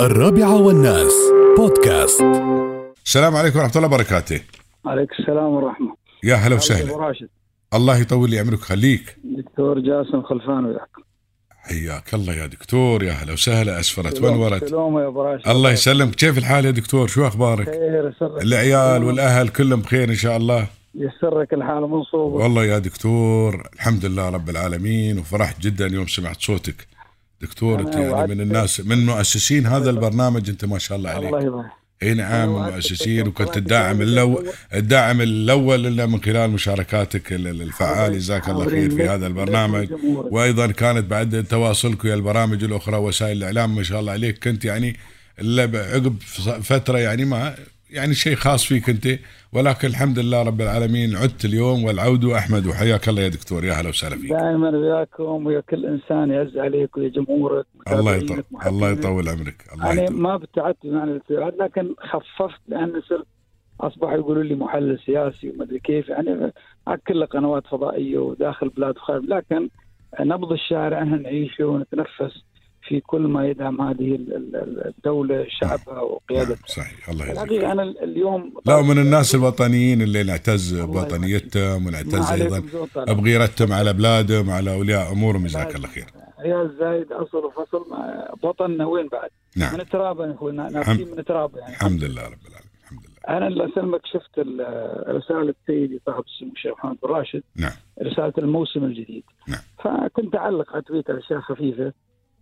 الرابعة بودكاست. السلام عليكم ورحمة الله وبركاته. عليك السلام ورحمة. يا هلا وسهلا. الله يطول لي عمرك خليك. دكتور جاسم خلفان وياك. حياك الله يا دكتور، يا هلا وسهلا. أسفرت ونورت. سلام يا براشد. الله يسلمك. كيف الحال يا دكتور؟ شو أخبارك؟ خير يسرك. العيال والأهل كلهم بخير إن شاء الله. يسرك الحال منصوب. والله يا دكتور الحمد لله رب العالمين، وفرحت جدا يوم سمعت صوتك دكتور. انت يعني من الناس من مؤسسين هذا البرنامج، انت ما شاء الله عليك. الله يبارك. اي نعم، من المؤسسين، وكنت الداعم الاول لنا من خلال مشاركاتك الفعالة. جزاك الله خير في هذا البرنامج، وايضا كانت بعد تواصلك ويا البرامج الاخرى وسائل الاعلام. ما شاء الله عليك، كنت يعني عقب فترة يعني ما يعني شيء خاص فيك انت، ولكن الحمد لله رب العالمين عدت اليوم، والعود احمد. وحياك الله يا دكتور، يا هلا وسهلا فيك. دائما وياكم ويا كل انسان يعز عليك ويا جمهورك. الله يطول عمرك. يعني ما ابتعدت عن الابتعاد، لكن خففت لان صرت اصبحوا يقولوا لي محلل سياسي وما ادري كيف، يعني كل قنوات فضائيه وداخل بلاد وخارج، لكن نبض الشارع ان نعيشه ونتنفس في كل ما يدعم هذه الدولة، شعبها وقيادتها. صحيح. الله يجزاك. الحقيقة أنا اليوم لا، من الناس الوطنيين اللي نعتز بوطنيتهم ونعتز أيضا بغيرتهم على بلادهم على أولياء أمورهم. جزاك الله خير. يا زايد أصل وفصل وطننا وين بعد؟ نعم. من ترابه يا أخوي، ناسين من ترابه يعني. الحمد لله رب العالمين. الحمد لله. أنا اللي أسلمك شفت رسالة سيدي صاحب السمو الشيخ محمد بن راشد. نعم. رسالة الموسم الجديد. نعم. فكنت أعلق على تويتر أشياء خفيفة.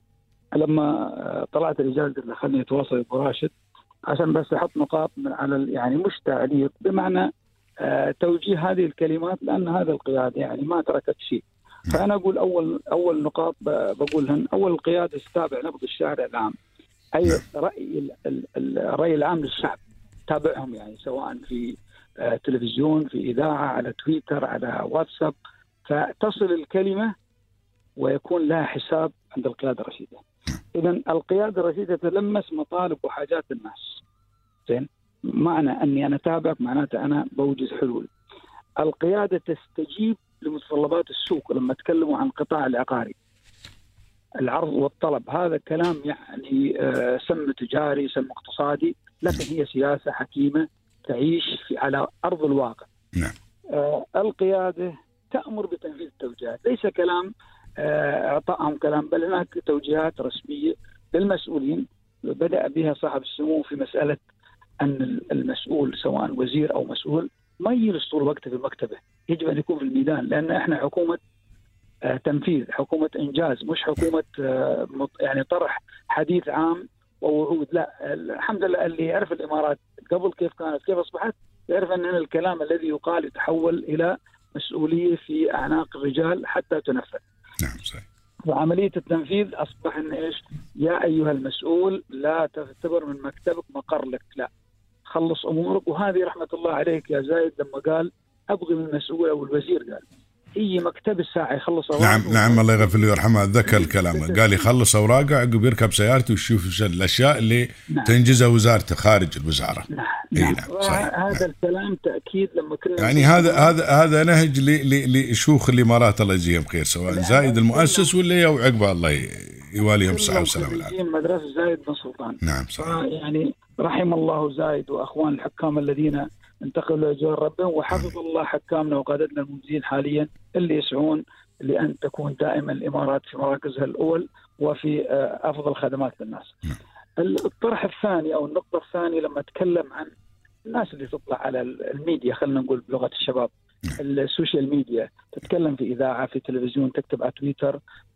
لما طلعت الإجازة اللي خلني أتواصل أبو راشد عشان بس أحط نقاط من على يعني مش تعليق، بمعنى توجيه هذه الكلمات، لأن هذا القيادة يعني ما تركت شيء. فأنا أقول أول نقاط بقولهن. أول القيادة تتابع نبض الشارع العام، أي الرأي العام للشعب تابعهم، يعني سواء في تلفزيون، في إذاعة، على تويتر، على واتساب، فتصل الكلمة ويكون لها حساب عند القيادة الرشيدة. إذن القيادة الرشيدة تلمس مطالب وحاجات الناس. زين، معنى أني أنا أتابع معناته أنا بوجد حلول. القيادة تستجيب لمتطلبات السوق. لما تكلموا عن قطاع العقاري، العرض والطلب، هذا كلام يعني سم تجاري، سم اقتصادي، لكن هي سياسة حكيمة تعيش على أرض الواقع. نعم. القيادة تأمر بتنفيذ التوجيهات، ليس كلام اعطائهم كلام، بل هناك توجيهات رسميه للمسؤولين بدأ بها صاحب السمو في مساله ان المسؤول سواء وزير او مسؤول ما يجلس طول وقته في مكتبه، يجب ان يكون في الميدان، لان احنا حكومه تنفيذ، حكومه انجاز، مش حكومه يعني طرح حديث عام ووعود. لا، الحمد لله اللي يعرف الامارات قبل كيف كانت كيف اصبحت يعرف ان الكلام الذي يقال يتحول الى مسؤوليه في اعناق الرجال حتى تنفذ. نعم صحيح. وعملية التنفيذ أصبح إن إيش؟ يا أيها المسؤول لا تعتبر من مكتبك مقر لك، لا، خلص أمورك. وهذه رحمة الله عليك يا زايد لما قال أبغي من المسؤول أو الوزير، قال يجي مكتب الساعة يخلص أوراقه. نعم الله يغفر له ويرحمه، ذكر الكلام، قال يخلص أوراقه عقب يركب سيارته ويشوف الأشياء اللي تنجزها وزارته خارج الوزارة. نعم. هذا الكلام تأكيد لما كنا يعني هذا نهج لشيوخ الإمارات الله يجزيهم خير، سواء زايد المؤسس ولا وعقبه الله يواليهم الصحة والسلامة والعافية. مدرسة زايد بن سلطان. نعم صحيح. يعني رحم الله زايد وأخوان الحكام الذين انتقلوا لجوار ربهم، وحفظ الله حكامنا وقادتنا المميزين حاليا اللي يسعون لأن تكون دائما الإمارات في مراكزها الأول وفي أفضل خدمات للناس. الطرح الثاني أو النقطة الثانية لما أتكلم عن الناس اللي تطلع على الميديا، خلينا نقول بلغة الشباب، السوشيال ميديا، تتكلم في إذاعة، في تلفزيون، تكتب على تويتر،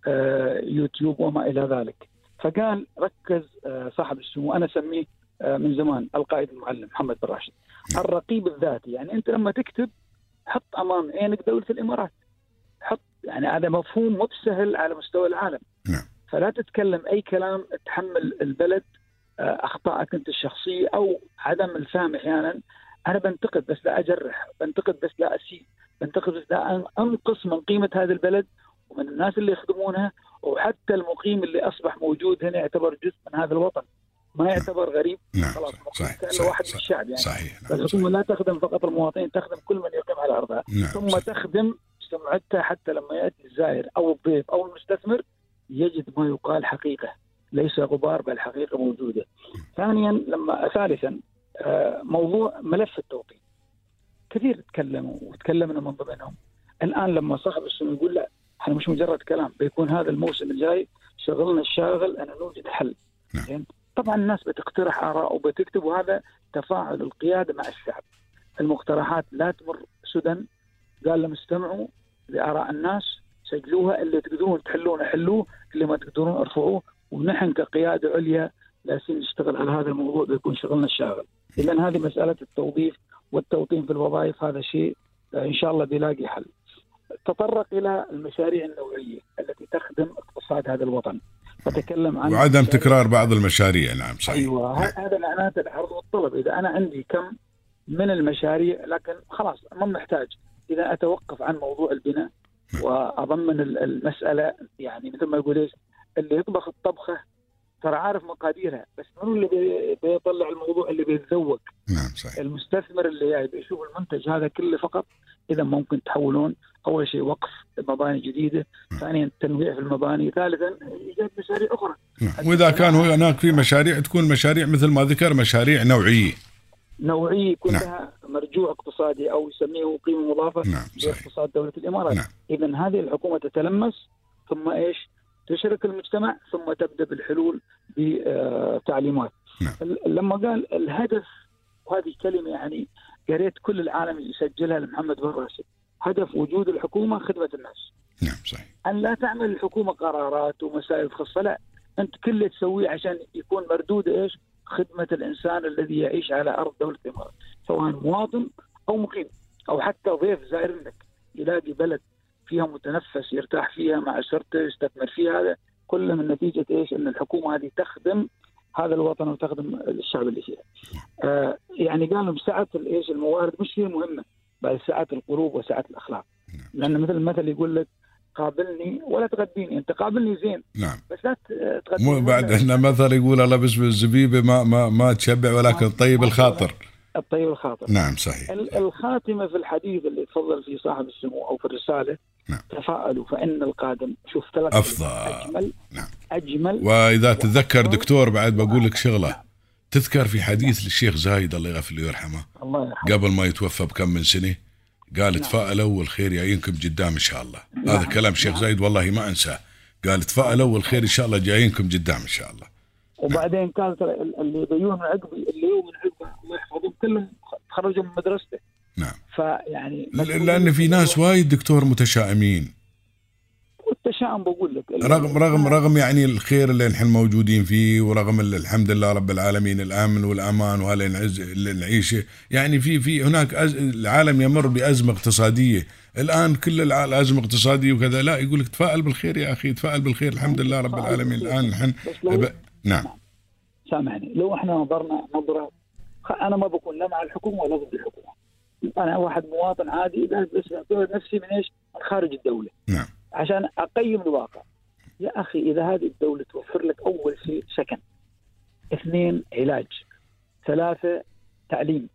يوتيوب وما إلى ذلك. فقال ركز صاحب السمو، أنا أسميه من زمان القائد المعلم محمد بن راشد، الرقيب الذاتي. يعني أنت لما تكتب حط أمام عينك دولة الإمارات، حط، يعني هذا مفهوم مو بسهل على مستوى العالم. فلا تتكلم أي كلام تحمل البلد أخطائك أنت الشخصية أو عدم الفهم. أحيانا أنا بنتقد بس لا أجرح، بنتقد بس لا أسيء، بنتقد بس لا أنقص من قيمة هذا البلد ومن الناس اللي يخدمونها، وحتى المقيم اللي أصبح موجود هنا يعتبر جزء من هذا الوطن، ما يعتبر غريب. خلاص كأنه واحد من الشعب يعني. صحيح. بس لا تخدم فقط المواطنين، تخدم كل من يقيم على أرضها. ثم تخدم سمعتها، حتى لما يأتي الزائر أو الضيف أو المستثمر يجد ما يقال حقيقة، ليس غبار بل حقيقة موجودة. ثالثا موضوع ملف التوطين كثير تكلموا وتكلمنا من ضمنهم. الآن لما صاحب السمو يقول لا احنا مش مجرد كلام، بيكون هذا الموسم الجاي شغلنا الشاغل أن نوجد حل. يعني طبعا الناس بتقترح آراء وبتكتب، وهذا تفاعل القيادة مع الشعب. المقترحات لا تمر سدى، قال لهم استمعوا لآراء الناس، سجلوها، اللي تقدرون تحلونه حلوه، اللي ما تقدرون ارفعوه، ونحن كقيادة عليا لازم نشتغل على هذا الموضوع، بيكون شغلنا الشاغل. إذن هذه مسألة التوظيف والتوطين في الوظائف، هذا شيء إن شاء الله بيلاقي حل. تطرق إلى المشاريع النوعية التي تخدم اقتصاد هذا الوطن، فتكلم عن وعدم تكرار بعض المشاريع. نعم صحيح. أيوة هذا معناته العرض والطلب. إذا أنا عندي كم من المشاريع، لكن خلاص ما محتاج إذا أتوقف عن موضوع البناء وأضمن المسألة، يعني مثل ما يقول اللي يطبخ الطبخة ترى عارف مقاديرها، بس منو اللي بيطلع الموضوع؟ اللي بيتذوق. نعم صحيح. المستثمر اللي جاي بيشوف المنتج هذا كله فقط. إذا ممكن تحولون أول شيء وقف مباني جديدة، ثانيا تنويع في المباني، ثالثا إيجاد مشاريع أخرى. وإذا كان هناك في مشاريع تكون مشاريع مثل ما ذكر مشاريع نوعية يكون لها مرجوع اقتصادي أو يسميه قيمة مضافة لاقتصاد دولة الإمارات. إذن هذه الحكومة تتلمس، ثم تشرك المجتمع، ثم تبدأ بالحلول بتعليمات. لما قال الهدف، وهذه كلمة يعني قريت كل العالم يسجلها لمحمد بن راشد، هدف وجود الحكومة خدمة الناس. نعم صحيح. أن لا تعمل الحكومة قرارات ومسائل خاصة، لا، أنت كل اللي تسويه عشان يكون مردود خدمة الإنسان الذي يعيش على أرض دولة الإمارات، سواء مواطن أو مقيم أو حتى ضيف زائر لك، يلاقي بلد فيها متنفس يرتاح فيها مع أسرته يستثمر فيها. هذا كله من نتيجة أن الحكومة هذه تخدم هذا الوطن وتخدم الشعب اللي فيها. يعني قالوا سعة الموارد مش هي مهمة، بل سعة القلوب وسعة الأخلاق. لأن مثل المثل يقول لك قابلني ولا تغديني، أنت قابلني زين. نعم. بس لا تغديني. مو بعد احنا مثل يقول الله باسم الزبيبة ما تشبع، ولكن طيب الخاطر. الطيب الخاطر. نعم صحيح. الخاتمة في الحديث اللي تفضل فيه صاحب السمو أو في الرسالة، تفاءلوا فإن القادم. شوف ثلاث أفضل. أجمل. وإذا تتذكر دكتور بعد بقول لك شغلة، تذكر في حديث للشيخ زايد الله يغفر له ويرحمه، قبل ما يتوفى بكم من سنة، قال تفائلوا والخير جايينكم قدام إن شاء الله. هذا كلام الشيخ زايد والله ما أنساه، قال تفائلوا والخير إن شاء الله جايينكم قدام إن شاء الله. وبعدين كان اللي بيوم من عقبي اللي يوم من عقبه الله يحفظهم كلهم تخرجوا من مدرسته. نعم. فيعني لأن في ناس وايد دكتور متشائمين، والتشاؤم بقول لك رغم يعني الخير اللي نحن موجودين فيه، ورغم الحمد لله رب العالمين الامن والامان وهذا اللي نعيشه، يعني في هناك العالم يمر بازمه اقتصاديه الان، كل الازمه اقتصاديه وكذا، لا يقول لك تفائل بالخير يا اخي، تفائل بالخير، الحمد لله رب العالمين الان نحن. نعم سامحني، لو احنا نظرنا نظره، انا ما بكون لا مع الحكومه ولا ضد الحكومه، انا واحد مواطن عادي بس اعتبر نفسي من من خارج الدوله. نعم. عشان أقيم الواقع. يا أخي إذا هذه الدولة توفر لك أول شيء سكن، 2 علاج، 3 تعليم،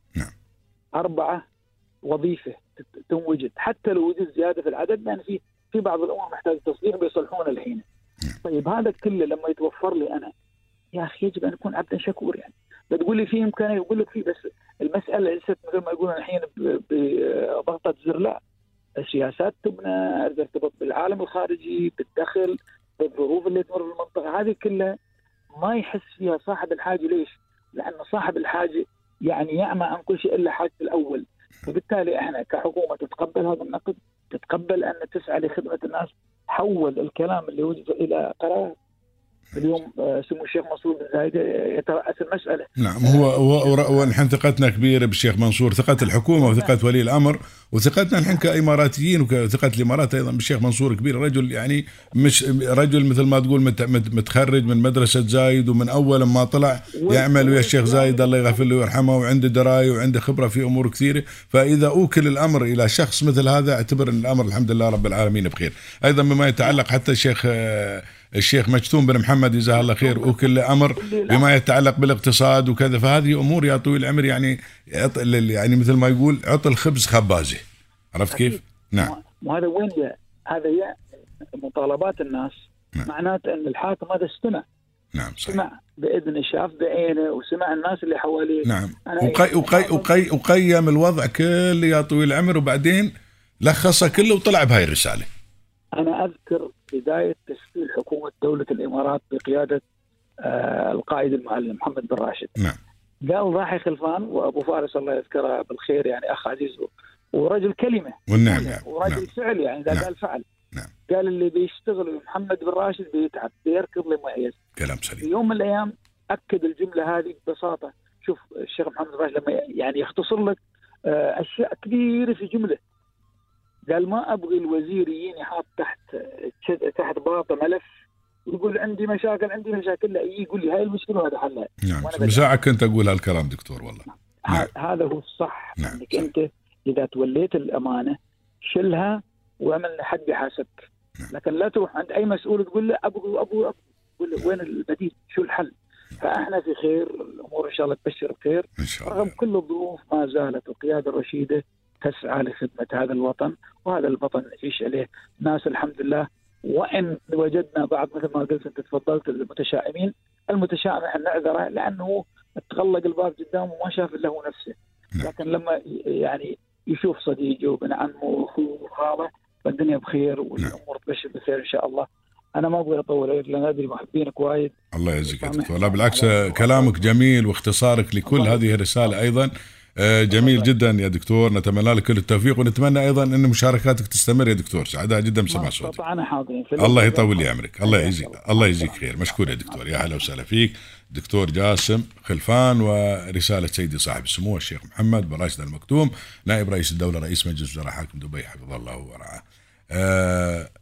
4 وظيفة تنوجد، حتى لو وجد زيادة في العدد، لأن في بعض الأمور محتاج تصليح بيصلحون الحين. طيب هذا كله لما يتوفر لي أنا، يا أخي يجب أن أكون عبدا شكور. يعني بتقول لي فيه إمكانية، يقول لك فيه، بس المسألة ليست مثل ما يقولون الحين بضغطة زر، لا، السياسات تبنى ترتبط بالعالم الخارجي، بالدخل، بالظروف اللي تمر في المنطقة هذه كلها، ما يحس فيها صاحب الحاجة. ليش؟ لأن صاحب الحاجة يعني يعمى عن كل شيء إلا حاجة الأول. فبالتالي إحنا كحكومة تتقبل هذا النقد، تتقبل أن تسعى لخدمة الناس، حول الكلام اللي وجد إلى قرار. اليوم سمو الشيخ منصور بن زايد يترأس المسألة. نعم. هو نحن ثقتنا كبيرة بالشيخ منصور، ثقة الحكومة وثقة ولي الأمر، وثقتنا نحن كإماراتيين وثقة الإمارات أيضا بالشيخ منصور كبير. رجل يعني مش رجل مثل ما تقول متخرج من مدرسة زايد، ومن أول ما طلع يعمل ويا الشيخ زايد الله يغفر له ويرحمه، وعنده دراية وعنده خبرة في أمور كثيرة. فإذا أوكل الأمر إلى شخص مثل هذا، اعتبر أن الأمر الحمد لله رب العالمين بخير. أيضا بما يتعلق حتى الشيخ مجتوم بن محمد جزاه الله خير، وكل أمر بما يتعلق بالاقتصاد وكذا، فهذه أمور يا طويل العمر يعني مثل ما يقول عط الخبز خبازه. عرفت كيف؟ نعم. وهذا وين هذا مطالبات الناس. معناته أن الحاكم هذا استمع نعم صحيح. سمع بإذنه، شاف بعينه، وسمع الناس اللي حواليه. نعم. وقيم الوضع كله يا طويل العمر، وبعدين لخصه كله وطلع بهاي الرسالة. أنا أذكر بداية تشكيل حكومة دولة الإمارات بقيادة القائد المعلم محمد بن راشد. نعم. قال ضاحي خلفان وأبو فارس الله يذكره بالخير، يعني أخ عزيز ورجل كلمة والنعم يعني. ورجل نعم. فعل، يعني إذا نعم. قال فعل. نعم. قال اللي بيشتغل محمد بن راشد بيتعب، بيركض لما يعيش. كلام سليم. في يوم من الأيام أكد الجملة هذه ببساطة. شوف الشيخ محمد بن راشد لما يعني يختصر لك أشياء كبيرة في جملة، قال ما أبغي الوزير يجيني حاط تحت باطة ملف يقول عندي مشاكل، لا يقول لي هاي المشكلة وهذا حلها. نعم. مساعة كنت أقول هالكلام دكتور والله. نعم. هذا هو الصح. نعم. انك انت اذا توليت الامانه شلها واعمل حد يحاسبك. نعم. لكن لا تروح عند اي مسؤول تقول له ابغى قول له وين البديل، شو الحل. فاحنا في خير، الامور ان شاء الله تبشر بخير إن شاء الله. رغم كل الظروف ما زالت القياده الرشيده تسعى لخدمه هذا الوطن، وهذا الوطن يعيش عليه ناس الحمد لله. وان وجدنا بعض مثل ما قلت انت تفضلت المتشائم احنا نعذره لانه تغلق الباب قدامه وما شاف الا هو نفسه. لكن لما يعني يشوف صديقه وابن عمه واخوه وخاله فالدنيا بخير والامور تبشر بخير ان شاء الله. انا ما ابغى اطول عليك لان ادري محبينك وايد. الله يجزيك يا دكتور. لا بالعكس، كلامك جميل واختصارك لكل هذه الرساله ايضا جميل جدا يا دكتور. نتمنى لك كل التوفيق، ونتمنى ايضا ان مشاركاتك تستمر يا دكتور. سعداء جدا بسمع صوتك. الله يطول لي عمرك. الله يجزيك خير. مشكور يا دكتور. يا هلا وسهلا فيك دكتور جاسم خلفان. ورساله سيدي صاحب السمو الشيخ محمد بن راشد المكتوم، نائب رئيس الدوله، رئيس مجلس وزراء حاكم دبي، حفظه الله ورعاه.